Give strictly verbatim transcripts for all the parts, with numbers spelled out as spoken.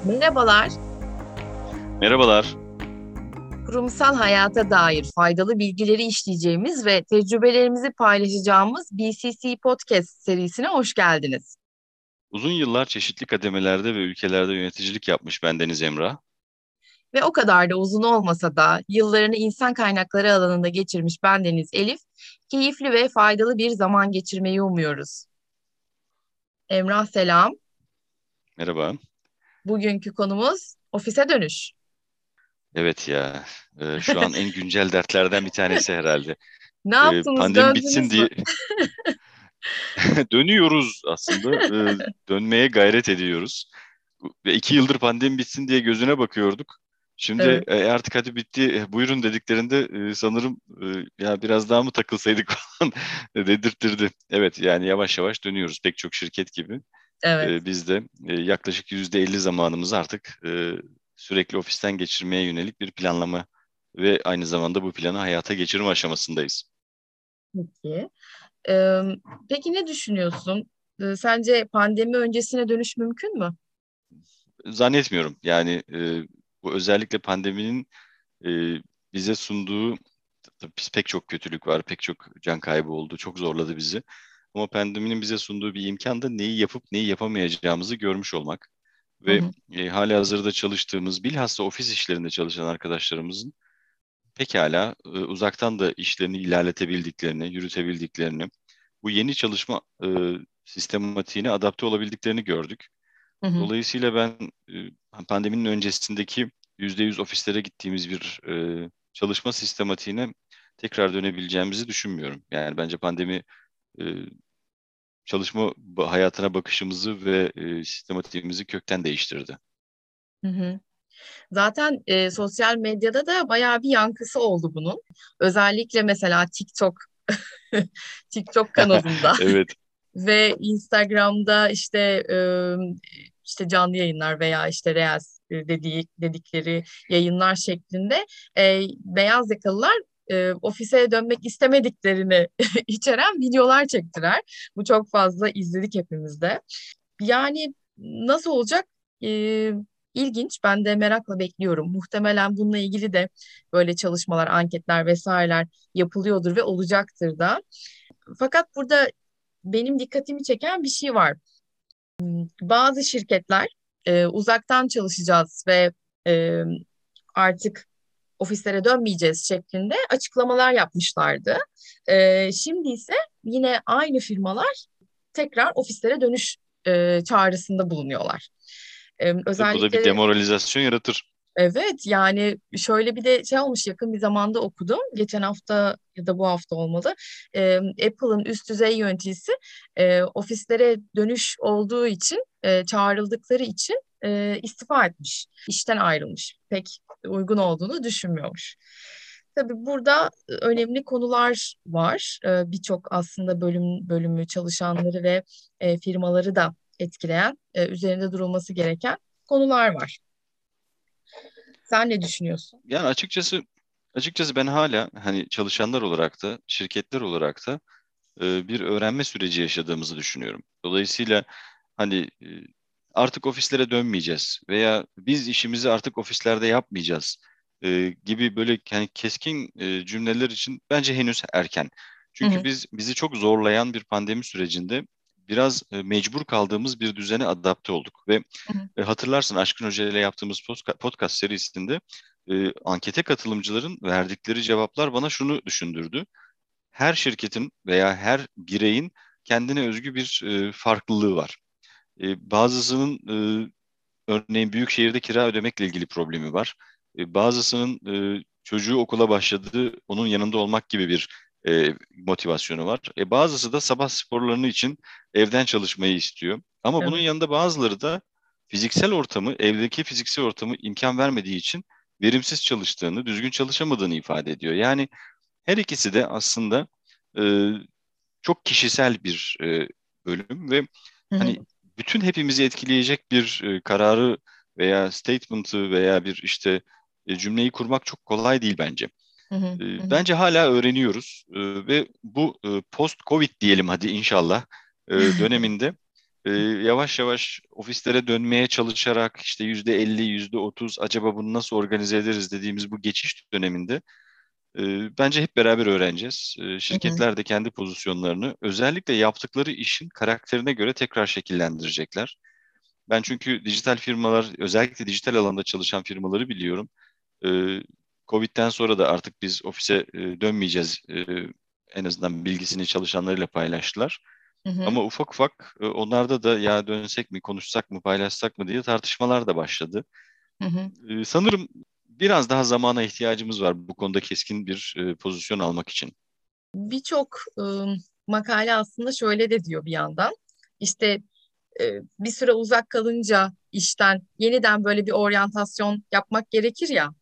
Merhabalar, Merhabalar. kurumsal hayata dair faydalı bilgileri işleyeceğimiz ve tecrübelerimizi paylaşacağımız B C C Podcast serisine hoş geldiniz. Uzun yıllar çeşitli kademelerde ve ülkelerde yöneticilik yapmış bendeniz Emrah. Ve o kadar da uzun olmasa da yıllarını insan kaynakları alanında geçirmiş bendeniz Elif, keyifli ve faydalı bir zaman geçirmeyi umuyoruz. Emrah selam, Merhaba. bugünkü konumuz ofise dönüş. Evet ya, e, şu an en güncel dertlerden bir tanesi herhalde. Ne E, yaptınız, pandemi bitsin döndünüz mü? diye dönüyoruz aslında. E, dönmeye gayret ediyoruz. Ve iki yıldır pandemi bitsin diye gözüne bakıyorduk. Şimdi Evet, e, artık hadi bitti, e, buyurun dediklerinde e, sanırım e, ya biraz daha mı takılsaydık falan dedirttirdi. Evet yani yavaş yavaş dönüyoruz pek çok şirket gibi. evet. E, biz de e, yaklaşık yüzde elli zamanımızı artık e, sürekli ofisten geçirmeye yönelik bir planlama ve aynı zamanda bu planı hayata geçirme aşamasındayız. Peki. Ee, peki ne düşünüyorsun? Ee, Sence pandemi öncesine dönüş mümkün mü? Zannetmiyorum. Yani e, bu özellikle pandeminin e, bize sunduğu tabii biz pek çok kötülük var, pek çok can kaybı oldu, çok zorladı bizi. Ama pandeminin bize sunduğu bir imkan da neyi yapıp neyi yapamayacağımızı görmüş olmak. Hı Ve hı, e, hali hazırda çalıştığımız, bilhassa ofis işlerinde çalışan arkadaşlarımızın pekala e, uzaktan da işlerini ilerletebildiklerini, yürütebildiklerini, bu yeni çalışma e, sistematiğine adapte olabildiklerini gördük. hı hı, Dolayısıyla ben e, pandeminin öncesindeki yüzde yüz ofislere gittiğimiz bir e, çalışma sistematiğine tekrar dönebileceğimizi düşünmüyorum. Yani bence pandemi e, çalışma ba- hayatına bakışımızı ve e, sistematiğimizi kökten değiştirdi. hı hı. Zaten e, sosyal medyada da bayağı bir yankısı oldu bunun. Özellikle mesela TikTok, TikTok kanalında Evet. ve Instagram'da işte e, işte canlı yayınlar veya işte Reels e, dediği, dedikleri yayınlar şeklinde e, beyaz yakalılar e, ofise dönmek istemediklerini içeren videolar çektiler. Bu çok fazla izledik hepimizde. Yani nasıl olacak? Ee, ilginç. Ben de merakla bekliyorum. Muhtemelen bununla ilgili de böyle çalışmalar, anketler vesaireler yapılıyordur ve olacaktır da. Fakat burada benim dikkatimi çeken bir şey var. Bazı şirketler e, uzaktan çalışacağız ve e, artık ofislere dönmeyeceğiz şeklinde açıklamalar yapmışlardı. E, şimdi ise yine aynı firmalar tekrar ofislere dönüş e, çağrısında bulunuyorlar. E, Tabii bu da bir özellikle demoralizasyon yaratır. evet yani şöyle bir de şey olmuş yakın bir zamanda okudum. Geçen hafta ya da bu hafta olmalı. E, Apple'ın üst düzey yöneticisi e, ofislere dönüş olduğu için e, çağrıldıkları için e, istifa etmiş. İşten ayrılmış. Pek uygun olduğunu düşünmüyormuş. Tabii burada önemli konular var. E, birçok aslında bölüm bölümü çalışanları ve e, firmaları da etkileyen, e, üzerinde durulması gereken konular var. Sen ne düşünüyorsun? Yani açıkçası açıkçası ben hala hani çalışanlar olarak da şirketler olarak da e, bir öğrenme süreci yaşadığımızı düşünüyorum. Dolayısıyla hani e, artık ofislere dönmeyeceğiz veya biz işimizi artık ofislerde yapmayacağız e, gibi böyle hani keskin e, cümleler için bence henüz erken. Hı Çünkü hı, biz bizi çok zorlayan bir pandemi sürecinde biraz e, mecbur kaldığımız bir düzene adapte olduk ve hı hı. e, hatırlarsın Aşkın Hoca ile yaptığımız postka- podcast serisinde e, ankete katılımcıların verdikleri cevaplar bana şunu düşündürdü. Her şirketin veya her bireyin kendine özgü bir e, farklılığı var. E, bazısının e, örneğin büyük şehirde kira ödemekle ilgili problemi var. E, bazısının e, çocuğu okula başladı, onun yanında olmak gibi bir e, motivasyonu var. E, bazısı da sabah sporlarını için evden çalışmayı istiyor. Ama bunun Evet. yanında bazıları da fiziksel ortamı, evdeki fiziksel ortamı imkan vermediği için verimsiz çalıştığını, düzgün çalışamadığını ifade ediyor. Yani her ikisi de aslında e, çok kişisel bir e, bölüm ve Hı hı, hani bütün hepimizi etkileyecek bir e, kararı veya statement'ı veya bir işte e, cümleyi kurmak çok kolay değil bence. hı hı, hı E, hı. bence hala öğreniyoruz E, ve bu e, post-Covid diyelim hadi inşallah e, döneminde e, yavaş yavaş ofislere dönmeye çalışarak işte yüzde elli, yüzde otuz acaba bunu nasıl organize ederiz dediğimiz bu geçiş döneminde e, bence hep beraber öğreneceğiz. E, Hı hı, şirketler de kendi pozisyonlarını özellikle yaptıkları işin karakterine göre tekrar şekillendirecekler. Ben çünkü dijital firmalar, özellikle dijital alanda çalışan firmaları biliyorum. E, Covid'den sonra da artık biz ofise e, dönmeyeceğiz. E, en azından bilgisini çalışanlarıyla paylaştılar. hı hı, Ama ufak ufak e, onlarda da ya dönsek mi, konuşsak mı, paylaşsak mı diye tartışmalar da başladı. hı hı. E, sanırım biraz daha zamana ihtiyacımız var bu konuda keskin bir e, pozisyon almak için. Birçok ım, makale aslında şöyle de diyor bir yandan. İşte e, bir süre uzak kalınca işten yeniden böyle bir oryantasyon yapmak gerekir ya.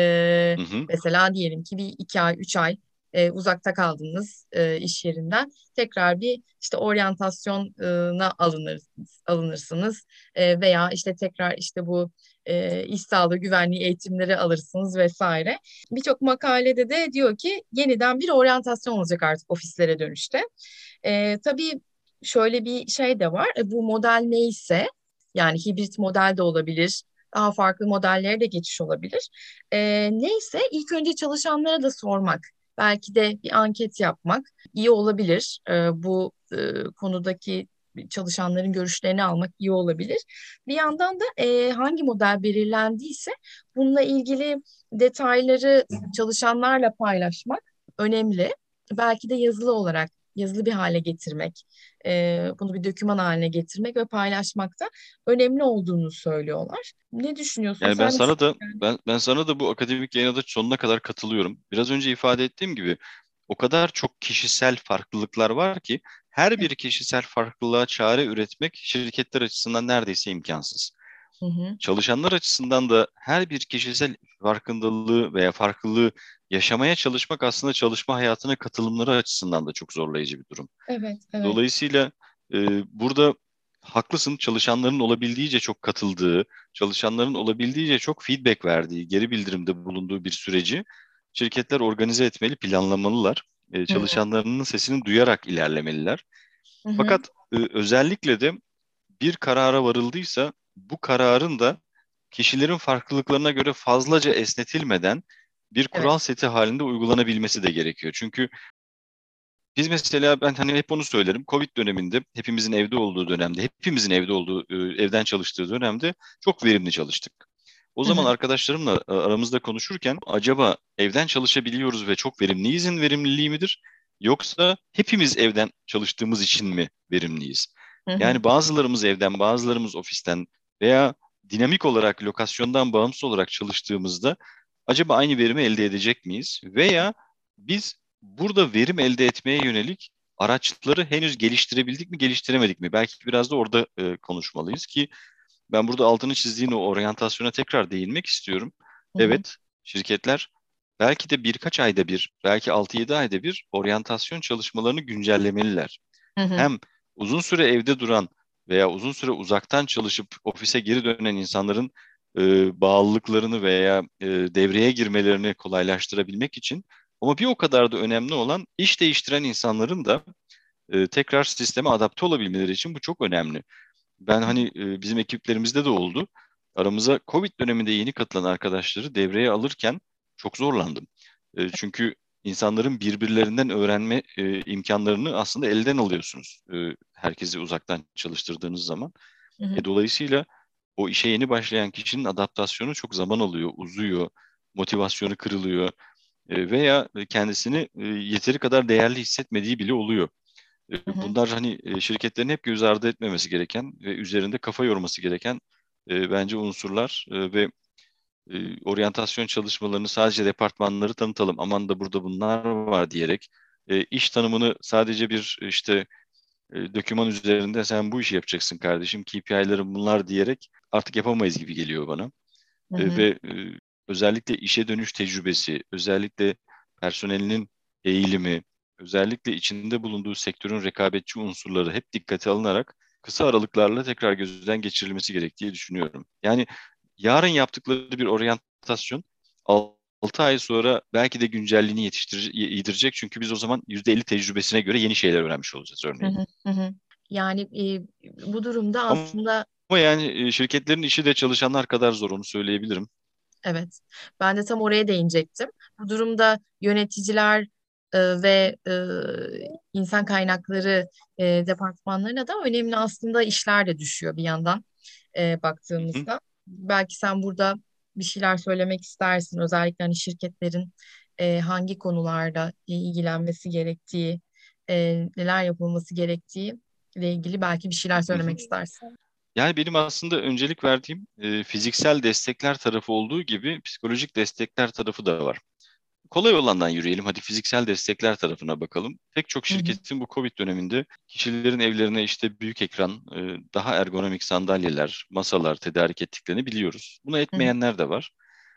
E, Hı hı. Mesela diyelim ki bir iki ay, üç ay e, uzakta kaldınız e, iş yerinden. Tekrar bir işte oryantasyona alınırsınız, alınırsınız. E, veya işte tekrar işte bu e, iş sağlığı güvenliği eğitimleri alırsınız vesaire. Birçok makalede de diyor ki yeniden bir oryantasyon olacak artık ofislere dönüşte. E, tabii şöyle bir şey de var. E, bu model neyse yani hibrit model de olabilir. Daha farklı modellere de geçiş olabilir. E, neyse ilk önce çalışanlara da sormak. Belki de bir anket yapmak iyi olabilir. E, bu e, konudaki çalışanların görüşlerini almak iyi olabilir. Bir yandan da e, hangi model belirlendiyse bununla ilgili detayları çalışanlarla paylaşmak önemli. Belki de yazılı olarak yazılı bir hale getirmek, e, bunu bir doküman haline getirmek ve paylaşmak da önemli olduğunu söylüyorlar. Ne düşünüyorsun? Yani ben Sen sana da düşünüyorsun? ben ben sana da bu akademik yayına da sonuna kadar katılıyorum. Biraz önce ifade ettiğim gibi o kadar çok kişisel farklılıklar var ki her bir kişisel farklılığa çare üretmek şirketler açısından neredeyse imkansız. Hı hı, Çalışanlar açısından da her bir kişisel farkındalığı veya farklılığı yaşamaya çalışmak aslında çalışma hayatına katılımları açısından da çok zorlayıcı bir durum. evet, evet. Dolayısıyla e, burada haklısın, çalışanların olabildiğince çok katıldığı, çalışanların olabildiğince çok feedback verdiği, geri bildirimde bulunduğu bir süreci şirketler organize etmeli, planlamalılar. E, Hı hı, çalışanlarının sesini duyarak ilerlemeliler. hı hı, Fakat e, özellikle de bir karara varıldıysa bu kararın da kişilerin farklılıklarına göre fazlaca esnetilmeden bir evet. kural seti halinde uygulanabilmesi de gerekiyor. Çünkü biz mesela ben hani hep onu söylerim. Covid döneminde hepimizin evde olduğu dönemde, hepimizin evde olduğu, e, evden çalıştığı dönemde çok verimli çalıştık. O Hı zaman hı, arkadaşlarımla e, aramızda konuşurken acaba evden çalışabiliyoruz ve çok verimliyizin verimliliği midir? Yoksa hepimiz evden çalıştığımız için mi verimliyiz? hı hı, Yani bazılarımız evden, bazılarımız ofisten veya dinamik olarak lokasyondan bağımsız olarak çalıştığımızda acaba aynı verimi elde edecek miyiz? Veya biz burada verim elde etmeye yönelik araçları henüz geliştirebildik mi, geliştiremedik mi? Belki biraz da orada e, konuşmalıyız ki ben burada altını çizdiğin o oryantasyona tekrar değinmek istiyorum. hı hı, Evet, şirketler belki de birkaç ayda bir, belki altı yedi ayda bir oryantasyon çalışmalarını güncellemeliler. hı hı, Hem uzun süre evde duran veya uzun süre uzaktan çalışıp ofise geri dönen insanların e, bağlılıklarını veya e, devreye girmelerini kolaylaştırabilmek için ama bir o kadar da önemli olan iş değiştiren insanların da e, tekrar sisteme adapte olabilmeleri için bu çok önemli. Ben hani e, bizim ekiplerimizde de oldu. Aramıza Covid döneminde yeni katılan arkadaşları devreye alırken çok zorlandım. E, çünkü insanların birbirlerinden öğrenme e, imkanlarını aslında elden alıyorsunuz. E, herkesi uzaktan çalıştırdığınız zaman. hı hı, E, dolayısıyla o işe yeni başlayan kişinin adaptasyonu çok zaman alıyor, uzuyor, motivasyonu kırılıyor e, veya kendisini e, yeteri kadar değerli hissetmediği bile oluyor. hı E, hı. Bunlar hani e, şirketlerin hep göz ardı etmemesi gereken ve üzerinde kafa yorması gereken e, bence unsurlar e, ve e, oryantasyon çalışmalarını sadece departmanları tanıtalım. Aman da burada bunlar var diyerek e, iş tanımını sadece bir işte e, doküman üzerinde sen bu işi yapacaksın kardeşim, K P I'lerin bunlar diyerek artık yapamayız gibi geliyor bana. Hı E, hı. ve e, özellikle işe dönüş tecrübesi, özellikle personelinin eğilimi, özellikle içinde bulunduğu sektörün rekabetçi unsurları hep dikkate alınarak kısa aralıklarla tekrar gözden geçirilmesi gerektiği düşünüyorum. Yani yarın yaptıkları bir oryantasyon altı ay sonra belki de güncelliğini yetiştirecek, yedirecek. Çünkü biz o zaman yüzde elli tecrübesine göre yeni şeyler öğrenmiş olacağız Hı örneğin. hı, hı hı. Yani Bu durumda Ama, aslında ama yani e, şirketlerin işi de çalışanlar kadar zor, onu söyleyebilirim. evet, ben de tam oraya değinecektim. Bu durumda yöneticiler e, ve e, insan kaynakları e, departmanlarına da önemli aslında işler de düşüyor bir yandan e, Hı hı. baktığımızda. Belki sen burada bir şeyler söylemek istersin. Özellikle hani şirketlerin e, hangi konularda ilgilenmesi gerektiği, e, neler yapılması gerektiği ile ilgili belki bir şeyler Hı hı. söylemek istersin. Yani benim aslında öncelik verdiğim e, fiziksel destekler tarafı olduğu gibi psikolojik destekler tarafı da var. Kolay olandan yürüyelim. Hadi fiziksel destekler tarafına bakalım. Pek çok Hı hı, şirketin bu Covid döneminde kişilerin evlerine işte büyük ekran, e, daha ergonomik sandalyeler, masalar tedarik ettiklerini biliyoruz. Bunu hı hı, etmeyenler de var.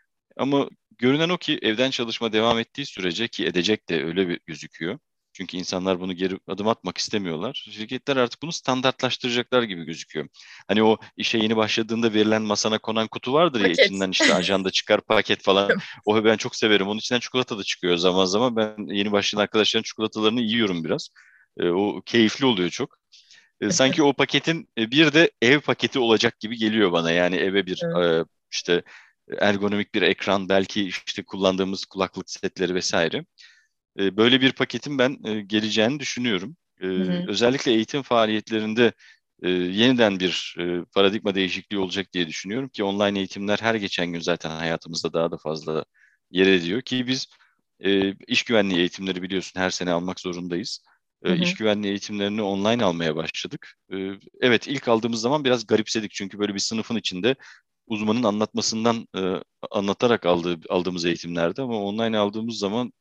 Ama görünen o ki evden çalışma devam ettiği sürece, ki edecek de öyle bir gözüküyor. Çünkü insanlar bunu geri adım atmak istemiyorlar. Şirketler artık bunu standartlaştıracaklar gibi gözüküyor. Hani o işe yeni başladığında verilen masana konan kutu vardır ya, paket. içinden işte ajanda çıkar, paket falan. O ben çok severim. Onun içinden çikolata da çıkıyor zaman zaman. Ben yeni başlayan arkadaşların çikolatalarını yiyorum biraz. E, o keyifli oluyor çok. E, sanki o paketin e, bir de ev paketi olacak gibi geliyor bana. Yani eve bir Evet. e, işte ergonomik bir ekran, belki işte kullandığımız kulaklık setleri vesaire. E, böyle bir paketin ben e, geleceğini düşünüyorum. E, Hı hı, özellikle eğitim faaliyetlerinde e, yeniden bir e, paradigma değişikliği olacak diye düşünüyorum ki online eğitimler her geçen gün zaten hayatımızda daha da fazla yer ediyor ki biz e, iş güvenliği eğitimleri biliyorsun her sene almak zorundayız. hı E, iş hı, güvenliği eğitimlerini online almaya başladık. E, evet, ilk aldığımız zaman biraz garipsedik çünkü böyle bir sınıfın içinde uzmanın anlatmasından e, anlatarak aldığı, aldığımız eğitimlerde, ama online aldığımız zaman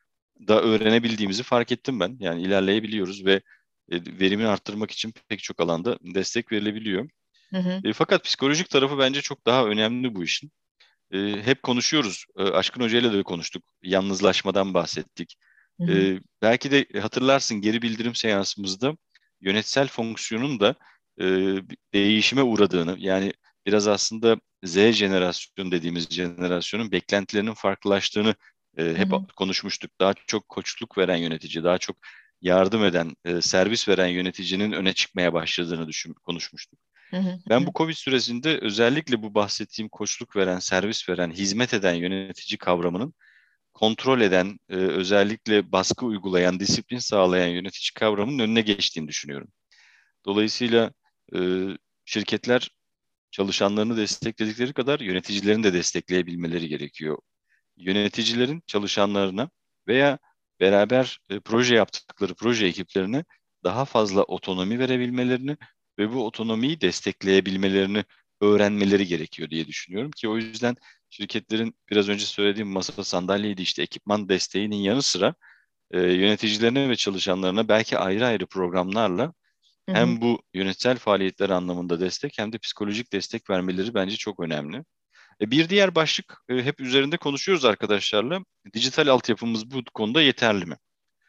da öğrenebildiğimizi fark ettim ben. Yani ilerleyebiliyoruz ve e, verimi arttırmak için pek çok alanda destek verilebiliyor. hı hı, E, fakat psikolojik tarafı bence çok daha önemli bu işin. E, hep konuşuyoruz. E, Aşkın Hoca ile de konuştuk. Yalnızlaşmadan bahsettik. hı hı, E, belki de hatırlarsın, geri bildirim seansımızda yönetsel fonksiyonun da e, değişime uğradığını, yani biraz aslında Z jenerasyon dediğimiz jenerasyonun beklentilerinin farklılaştığını e, hı hep hı, konuşmuştuk. Daha çok koçluk veren yönetici, daha çok yardım eden, e, servis veren yöneticinin öne çıkmaya başladığını düşün, konuşmuştuk. hı hı, Ben hı bu Covid süresinde özellikle bu bahsettiğim koçluk veren, servis veren, hizmet eden yönetici kavramının kontrol eden, e, özellikle baskı uygulayan, disiplin sağlayan yönetici kavramının önüne geçtiğini düşünüyorum. Dolayısıyla e, şirketler çalışanlarını destekledikleri kadar yöneticilerini de destekleyebilmeleri gerekiyor. Yöneticilerin çalışanlarına veya beraber e, proje yaptıkları proje ekiplerine daha fazla otonomi verebilmelerini ve bu otonomiyi destekleyebilmelerini öğrenmeleri gerekiyor diye düşünüyorum ki o yüzden şirketlerin biraz önce söylediğim masa sandalyeydi, işte ekipman desteğinin yanı sıra e, yöneticilerine ve çalışanlarına belki ayrı ayrı programlarla hı, hem bu yönetsel faaliyetler anlamında destek hem de psikolojik destek vermeleri bence çok önemli. E, Bir diğer başlık, e, hep üzerinde konuşuyoruz arkadaşlarla. Dijital altyapımız bu konuda yeterli mi?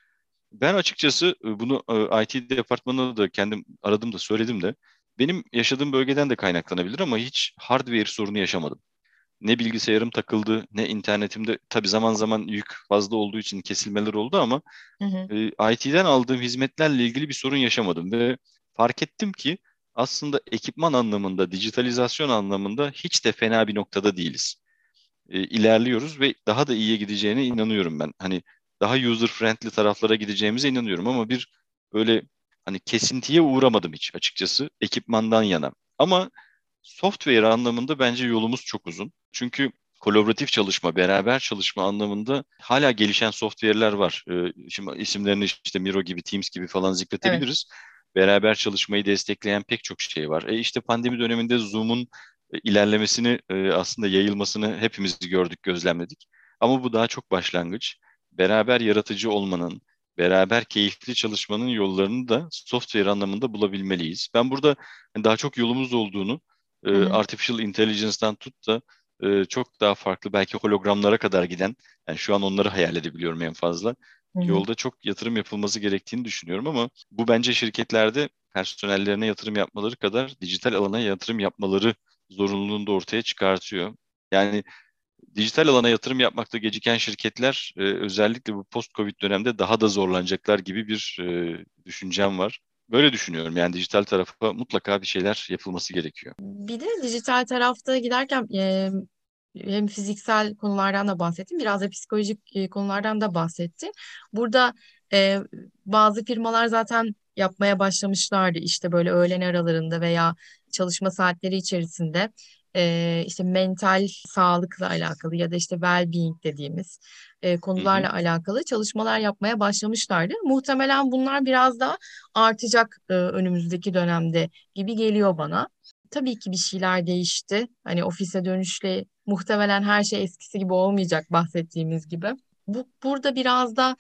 Ben açıkçası e, bunu e, I T departmanına da kendim aradım da söyledim de, benim yaşadığım bölgeden de kaynaklanabilir ama hiç hardware sorunu yaşamadım. Ne bilgisayarım takıldı, ne internetimde, tabii zaman zaman yük fazla olduğu için kesilmeler oldu ama hı hı, e, I T'den aldığım hizmetlerle ilgili bir sorun yaşamadım ve fark ettim ki aslında ekipman anlamında, dijitalizasyon anlamında hiç de fena bir noktada değiliz. E, ilerliyoruz ve daha da iyiye gideceğine inanıyorum ben. Hani daha user friendly taraflara gideceğimize inanıyorum ama bir böyle hani kesintiye uğramadım hiç açıkçası ekipmandan yana. Ama software anlamında bence yolumuz çok uzun. Çünkü kolaboratif çalışma, beraber çalışma anlamında hala gelişen software'ler var. Ee, şimdi isimlerini işte Miro gibi, Teams gibi falan evet. zikretebiliriz. Beraber çalışmayı destekleyen pek çok şey var. E işte pandemi döneminde Zoom'un e, ilerlemesini, e, aslında yayılmasını hepimiz gördük, gözlemledik. Ama bu daha çok başlangıç. Beraber yaratıcı olmanın, beraber keyifli çalışmanın yollarını da software anlamında bulabilmeliyiz. Ben burada daha çok yolumuz olduğunu, Hı e, hı, artificial intelligence'dan tut da e, çok daha farklı, belki hologramlara kadar giden, yani şu an onları hayal edebiliyorum en fazla. hı hı, Yolda çok yatırım yapılması gerektiğini düşünüyorum ama bu bence şirketlerde personellerine yatırım yapmaları kadar dijital alana yatırım yapmaları zorunluluğunu da ortaya çıkartıyor. Yani dijital alana yatırım yapmakta geciken şirketler e, özellikle bu post-Covid dönemde daha da zorlanacaklar gibi bir e, düşüncem var. böyle düşünüyorum. Yani dijital tarafa mutlaka bir şeyler yapılması gerekiyor. Bir de dijital tarafta giderken e, hem fiziksel konulardan da bahsettim, biraz da psikolojik e, konulardan da bahsettim. Burada e, bazı firmalar zaten yapmaya başlamışlardı, işte böyle öğlen aralarında veya çalışma saatleri içerisinde e, işte mental sağlıkla alakalı ya da işte well-being dediğimiz e, Hı hı. konularla alakalı çalışmalar yapmaya başlamışlardı. Muhtemelen bunlar biraz daha artacak e, önümüzdeki dönemde gibi geliyor bana. Tabii ki bir şeyler değişti. Hani ofise dönüşle muhtemelen her şey eskisi gibi olmayacak, bahsettiğimiz gibi. Bu burada biraz da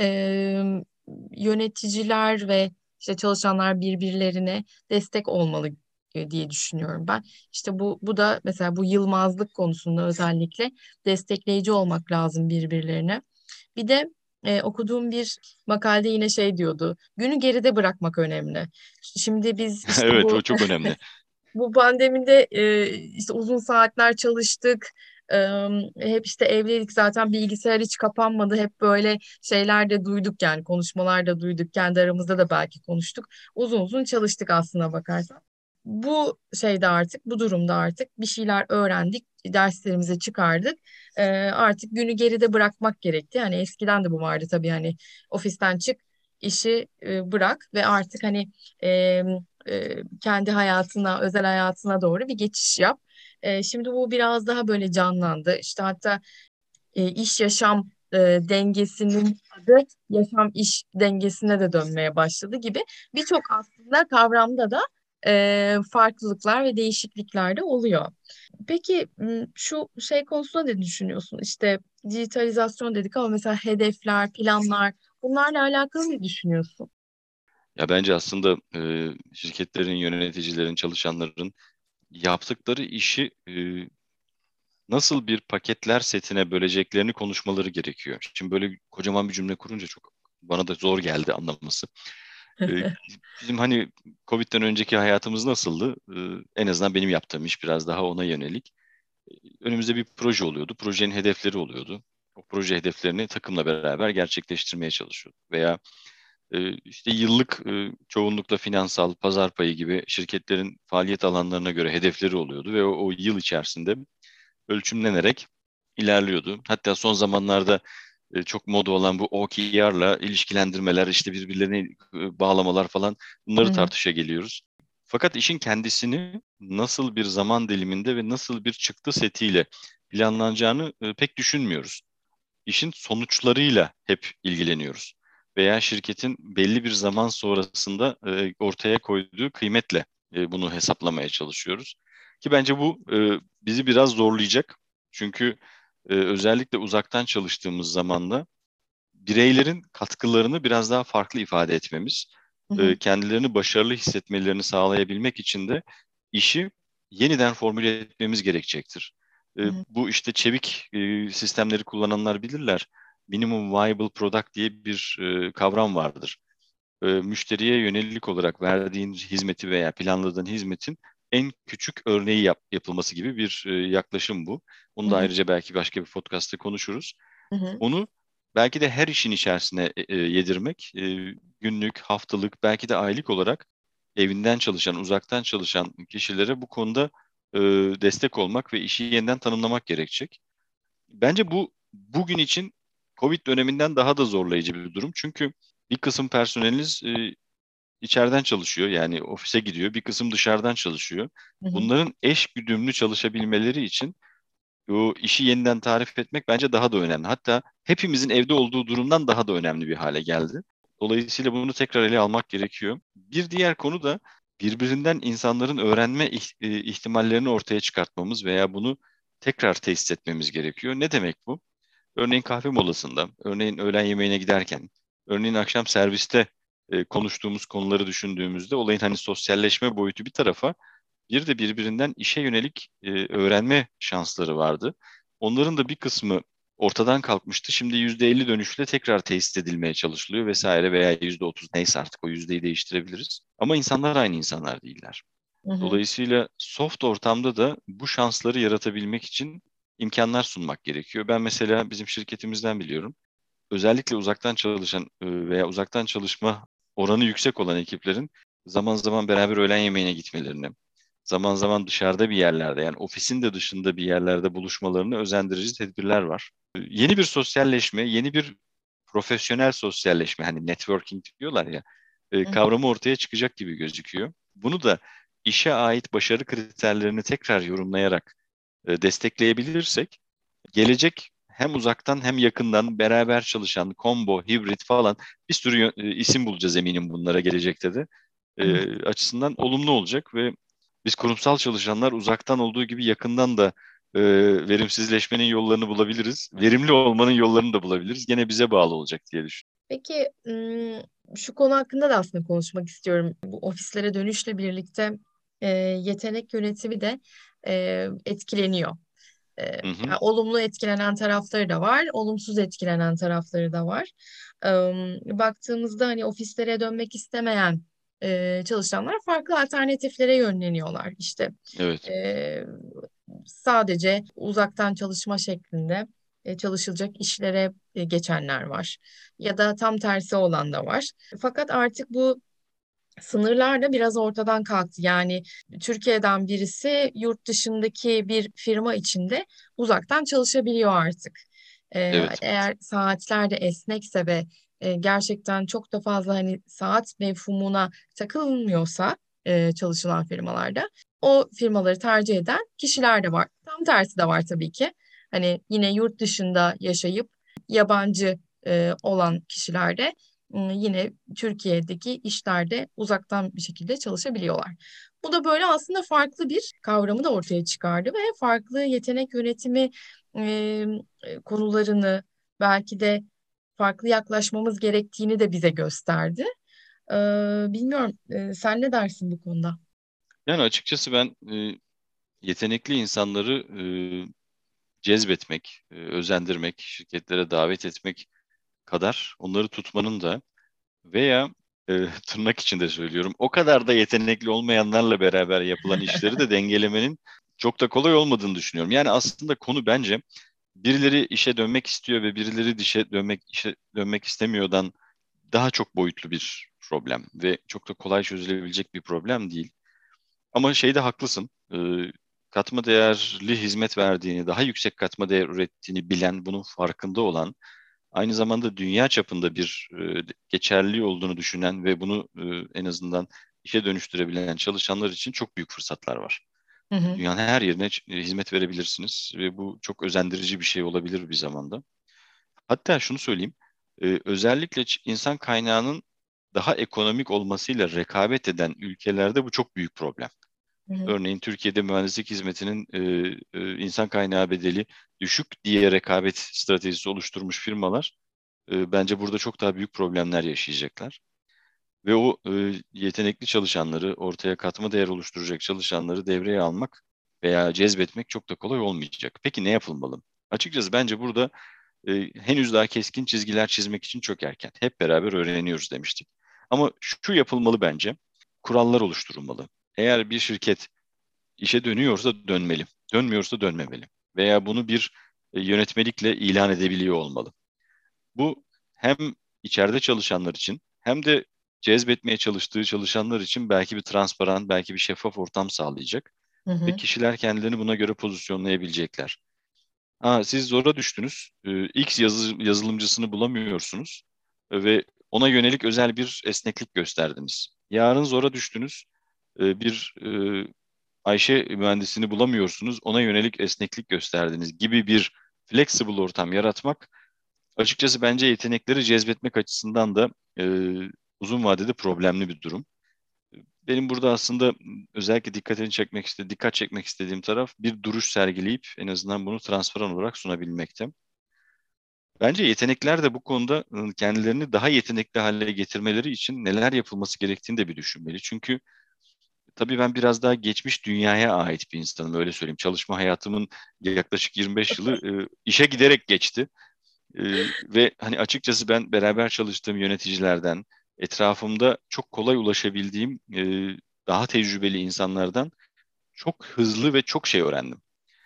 e, yöneticiler ve işte çalışanlar birbirlerine destek olmalı e, diye düşünüyorum ben. İşte bu bu da mesela bu yılmazlık konusunda özellikle destekleyici olmak lazım birbirlerine. Bir de e, okuduğum bir makalede yine şey diyordu. Günü geride bırakmak önemli. Şimdi biz işte Evet, bu o çok önemli. bu pandemide e, işte uzun saatler çalıştık. E, hep işte evdeydik, zaten bilgisayar hiç kapanmadı. Hep böyle şeyler de duyduk, yani konuşmalar da duyduk. Kendi aramızda da belki konuştuk. Uzun uzun çalıştık aslına bakarsan. Bu şeyde artık, bu durumda artık bir şeyler öğrendik. Derslerimize çıkardık. E, artık günü geride bırakmak gerekti. Hani eskiden de bu vardı tabii, hani ofisten çık, işi e, bırak ve artık hani e, e, kendi hayatına, özel hayatına doğru bir geçiş yap. E, şimdi bu biraz daha böyle canlandı. İşte hatta e, iş yaşam e, dengesinin adı yaşam iş dengesine de dönmeye başladı gibi birçok aslında kavramda da e, farklılıklar ve değişiklikler de oluyor. Peki m, şu şey konusunda ne düşünüyorsun? İşte dijitalizasyon dedik ama mesela hedefler, planlar, bunlarla alakalı ne düşünüyorsun? Ya bence aslında e, şirketlerin, yöneticilerin, çalışanların yaptıkları işi e, nasıl bir paketler setine böleceklerini konuşmaları gerekiyor. Şimdi böyle kocaman bir cümle kurunca çok bana da zor geldi anlaması. E, Bizim hani Covid'den önceki hayatımız nasıldı? E, en azından benim yaptığım iş biraz daha ona yönelik. Önümüzde bir proje oluyordu. Projenin hedefleri oluyordu. O proje hedeflerini takımla beraber gerçekleştirmeye çalışıyorduk. Veya e, işte yıllık e, çoğunlukla finansal, pazar payı gibi şirketlerin faaliyet alanlarına göre hedefleri oluyordu ve o, o yıl içerisinde ölçümlenerek ilerliyordu. Hatta son zamanlarda e, çok moda olan bu O K R'la ilişkilendirmeler, işte birbirlerine e, bağlamalar falan, Hı bunları hı, tartışa geliyoruz. Fakat işin kendisini nasıl bir zaman diliminde ve nasıl bir çıktı setiyle planlanacağını e, pek düşünmüyoruz. İşin sonuçlarıyla hep ilgileniyoruz. Veya şirketin belli bir zaman sonrasında e, ortaya koyduğu kıymetle e, bunu hesaplamaya çalışıyoruz. Ki bence bu e, bizi biraz zorlayacak. Çünkü e, özellikle uzaktan çalıştığımız zamanda bireylerin katkılarını biraz daha farklı ifade etmemiz, hı e, hı, kendilerini başarılı hissetmelerini sağlayabilmek için de işi yeniden formüle etmemiz gerekecektir. E, hı hı, bu işte çevik e, sistemleri kullananlar bilirler. Minimum Viable Product diye bir e, kavram vardır. E, müşteriye yönelik olarak verdiğin hizmeti veya planladığın hizmetin en küçük örneği yap- yapılması gibi bir e, yaklaşım bu. hı Onu da hı, ayrıca belki başka bir podcast'ta konuşuruz. hı hı, Onu belki de her işin içerisine e, e, yedirmek, e, günlük, haftalık, belki de aylık olarak evinden çalışan, uzaktan çalışan kişilere bu konuda e, destek olmak ve işi yeniden tanımlamak gerekecek. Bence bu bugün için Covid döneminden daha da zorlayıcı bir durum. Çünkü bir kısım personeliniz e, içeriden çalışıyor, yani ofise gidiyor, bir kısım dışarıdan çalışıyor. hı hı, Bunların eş güdümlü çalışabilmeleri için o işi yeniden tarif etmek bence daha da önemli. Hatta hepimizin evde olduğu durumdan daha da önemli bir hale geldi. Dolayısıyla bunu tekrar ele almak gerekiyor. Bir diğer konu da birbirinden insanların öğrenme ih- e, ihtimallerini ortaya çıkartmamız veya bunu tekrar tesis etmemiz gerekiyor. Ne demek bu? Örneğin kahve molasında, örneğin öğlen yemeğine giderken, örneğin akşam serviste e, konuştuğumuz konuları düşündüğümüzde olayın hani sosyalleşme boyutu bir tarafa, bir de birbirinden işe yönelik e, öğrenme şansları vardı. Onların da bir kısmı ortadan kalkmıştı. Şimdi yüzde elli dönüşle tekrar tesis edilmeye çalışılıyor vesaire, veya yüzde otuz, neyse artık o yüzdeyi değiştirebiliriz. Ama insanlar aynı insanlar değiller. hı hı. Dolayısıyla soft ortamda da bu şansları yaratabilmek için imkanlar sunmak gerekiyor. Ben mesela bizim şirketimizden biliyorum. Özellikle uzaktan çalışan e, veya uzaktan çalışma oranı yüksek olan ekiplerin zaman zaman beraber öğlen yemeğine gitmelerini, zaman zaman dışarıda bir yerlerde, yani ofisin de dışında bir yerlerde buluşmalarını özendirici tedbirler var. Ee, Yeni bir sosyalleşme, yeni bir profesyonel sosyalleşme, hani networking diyorlar ya, e, Hı kavramı ortaya çıkacak gibi gözüküyor. Bunu da işe ait başarı kriterlerini tekrar yorumlayarak e, destekleyebilirsek, gelecek hem uzaktan hem yakından beraber çalışan, combo, hibrit falan bir sürü yö- e, isim bulacağız eminim bunlara gelecekte de. hı. E, açısından olumlu olacak ve biz kurumsal çalışanlar uzaktan olduğu gibi yakından da e, verimsizleşmenin yollarını bulabiliriz. Verimli olmanın yollarını da bulabiliriz. Gene bize bağlı olacak diye düşünüyorum. Peki ım, şu konu hakkında da aslında konuşmak istiyorum. Bu ofislere dönüşle birlikte e, yetenek yönetimi de e, etkileniyor. E, Hı hı. yani olumlu etkilenen tarafları da var, olumsuz etkilenen tarafları da var. Im, baktığımızda hani ofislere dönmek istemeyen e, çalışanlar farklı alternatiflere yönleniyorlar. İşte Evet, e, sadece uzaktan çalışma şeklinde e, çalışılacak işlere e, geçenler var. Ya da tam tersi olan da var. Fakat artık bu sınırlar da biraz ortadan kalktı. Yani Türkiye'den birisi yurt dışındaki bir firma içinde uzaktan çalışabiliyor artık. Ee, evet. eğer saatler de esnekse ve e, gerçekten çok da fazla hani saat mefhumuna takılmıyorsa e, çalışılan firmalarda o firmaları tercih eden kişiler de var. Tam tersi de var tabii ki. Hani yine yurt dışında yaşayıp yabancı e, olan kişiler de e, yine Türkiye'deki işlerde uzaktan bir şekilde çalışabiliyorlar. Bu da böyle aslında farklı bir kavramı da ortaya çıkardı ve farklı yetenek yönetimi e, e, konularını belki de farklı yaklaşmamız gerektiğini de bize gösterdi. E, bilmiyorum, e, sen ne dersin bu konuda? Yani açıkçası ben e, yetenekli insanları e, cezbetmek, e, özendirmek, şirketlere davet etmek kadar onları tutmanın da veya e, tırnak içinde söylüyorum, o kadar da yetenekli olmayanlarla beraber yapılan işleri de dengelemenin çok da kolay olmadığını düşünüyorum. Yani aslında konu bence birileri işe dönmek istiyor ve birileri dişe dönmek işe dönmek istemiyordan daha çok boyutlu bir problem ve çok da kolay çözülebilecek bir problem değil. Ama şeyde haklısın. E, katma değerli hizmet verdiğini, daha yüksek katma değer ürettiğini bilen, bunun farkında olan, aynı zamanda dünya çapında bir e, geçerli olduğunu düşünen ve bunu e, en azından işe dönüştürebilen çalışanlar için çok büyük fırsatlar var. Hı hı, Dünyanın her yerine ç- e, hizmet verebilirsiniz ve bu çok özendirici bir şey olabilir bir zamanda. Hatta şunu söyleyeyim, e, özellikle ç- insan kaynağının daha ekonomik olmasıyla rekabet eden ülkelerde bu çok büyük problem. hı hı, Örneğin Türkiye'de mühendislik hizmetinin e, e, insan kaynağı bedeli düşük diye rekabet stratejisi oluşturmuş firmalar e, bence burada çok daha büyük problemler yaşayacaklar. Ve o e, yetenekli çalışanları, ortaya katma değer oluşturacak çalışanları devreye almak veya cezbetmek çok da kolay olmayacak. Peki ne yapılmalı? Açıkçası bence burada e, henüz daha keskin çizgiler çizmek için çok erken. Hep beraber öğreniyoruz demiştik. Ama şu yapılmalı bence, kurallar oluşturulmalı. Eğer bir şirket işe dönüyorsa dönmeli, dönmüyorsa dönmemeli veya bunu bir e, yönetmelikle ilan edebiliyor olmalı. Bu hem içeride çalışanlar için hem de cezbetmeye çalıştığı çalışanlar için belki bir transparan, belki bir şeffaf ortam sağlayacak hı ve hı, kişiler kendilerini buna göre pozisyonlayabilecekler. Ha, siz zora düştünüz, e, X yazı, yazılımcısını bulamıyorsunuz e, ve ona yönelik özel bir esneklik gösterdiniz. Yarın zora düştünüz, e, bir e, Ayşe mühendisini bulamıyorsunuz, ona yönelik esneklik gösterdiniz gibi bir flexible ortam yaratmak açıkçası bence yetenekleri cezbetmek açısından da e, uzun vadede problemli bir durum. Benim burada aslında özellikle dikkatini çekmek iste, dikkat çekmek istediğim taraf bir duruş sergileyip en azından bunu transparan olarak sunabilmekte. Bence yetenekler de bu konuda ıı, kendilerini daha yetenekli hale getirmeleri için neler yapılması gerektiğini de bir düşünmeli. Çünkü tabii ben biraz daha geçmiş dünyaya ait bir insanım, öyle söyleyeyim. Çalışma hayatımın yaklaşık yirmi beş yılı e, işe giderek geçti. E, ve hani açıkçası ben beraber çalıştığım yöneticilerden, etrafımda çok kolay ulaşabildiğim e, daha tecrübeli insanlardan çok hızlı ve çok şey öğrendim.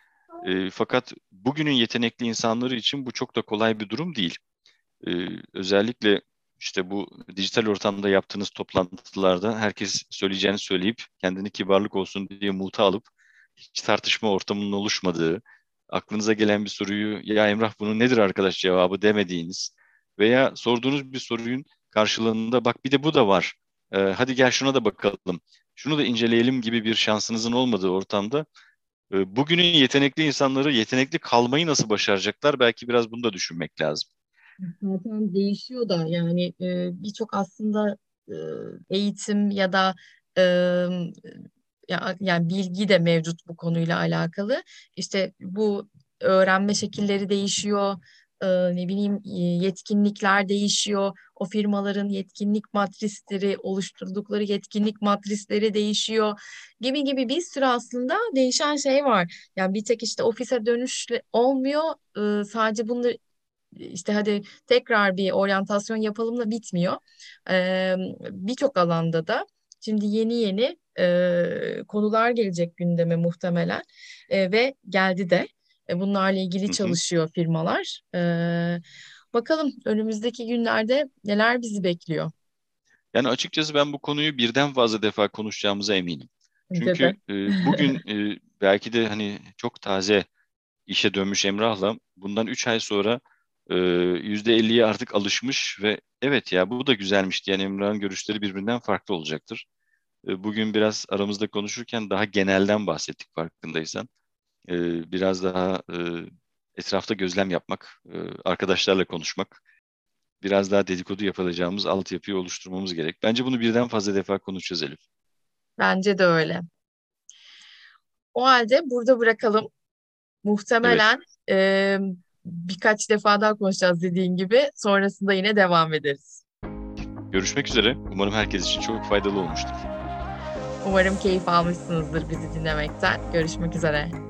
E, fakat bugünün yetenekli insanları için bu çok da kolay bir durum değil. E, özellikle işte bu dijital ortamda yaptığınız toplantılarda herkes söyleyeceğini söyleyip kendini kibarlık olsun diye muta alıp hiç tartışma ortamının oluşmadığı, aklınıza gelen bir soruyu ya Emrah bunun nedir arkadaş cevabı demediğiniz veya sorduğunuz bir sorunun karşılığında bak bir de bu da var. Ee, hadi gel şuna da bakalım. Şunu da inceleyelim gibi bir şansınızın olmadığı ortamda e, bugünün yetenekli insanları yetenekli kalmayı nasıl başaracaklar? Belki biraz bunu da düşünmek lazım. Zaten değişiyor da yani e, birçok aslında e, eğitim ya da e, ya, yani bilgi de mevcut bu konuyla alakalı. İşte bu öğrenme şekilleri değişiyor. E, ne bileyim e, yetkinlikler değişiyor. O firmaların yetkinlik matrisleri, oluşturdukları yetkinlik matrisleri değişiyor gibi gibi bir sürü aslında değişen şey var. Yani bir tek işte ofise dönüşle olmuyor. E, sadece bunları işte hadi tekrar bir oryantasyon yapalım da bitmiyor. Ee, Birçok alanda da şimdi yeni yeni e, konular gelecek gündeme muhtemelen. E, ve geldi de. E, bunlarla ilgili Hı hı. çalışıyor firmalar. E, bakalım önümüzdeki günlerde neler bizi bekliyor. Yani açıkçası ben bu konuyu birden fazla defa konuşacağımıza eminim. Bence Çünkü de. e, bugün e, belki de hani çok taze işe dönmüş Emrah'la bundan üç ay sonra e, yüzde elliye artık alışmış ve evet ya bu da güzelmiş diyen Emrah'ın görüşleri birbirinden farklı olacaktır. E, bugün biraz aramızda konuşurken daha genelden bahsettik farkındaysan. E, biraz daha e, etrafta gözlem yapmak, e, arkadaşlarla konuşmak, biraz daha dedikodu yapacağımız altyapıyı oluşturmamız gerek. Bence bunu birden fazla defa konuşacağız Elif. Bence de öyle. O halde burada bırakalım. Evet, Muhtemelen e, birkaç defa daha konuşacağız dediğin gibi. Sonrasında yine devam ederiz. görüşmek üzere. Umarım herkes için çok faydalı olmuştur. Umarım keyif almışsınızdır bizi dinlemekten. Görüşmek üzere.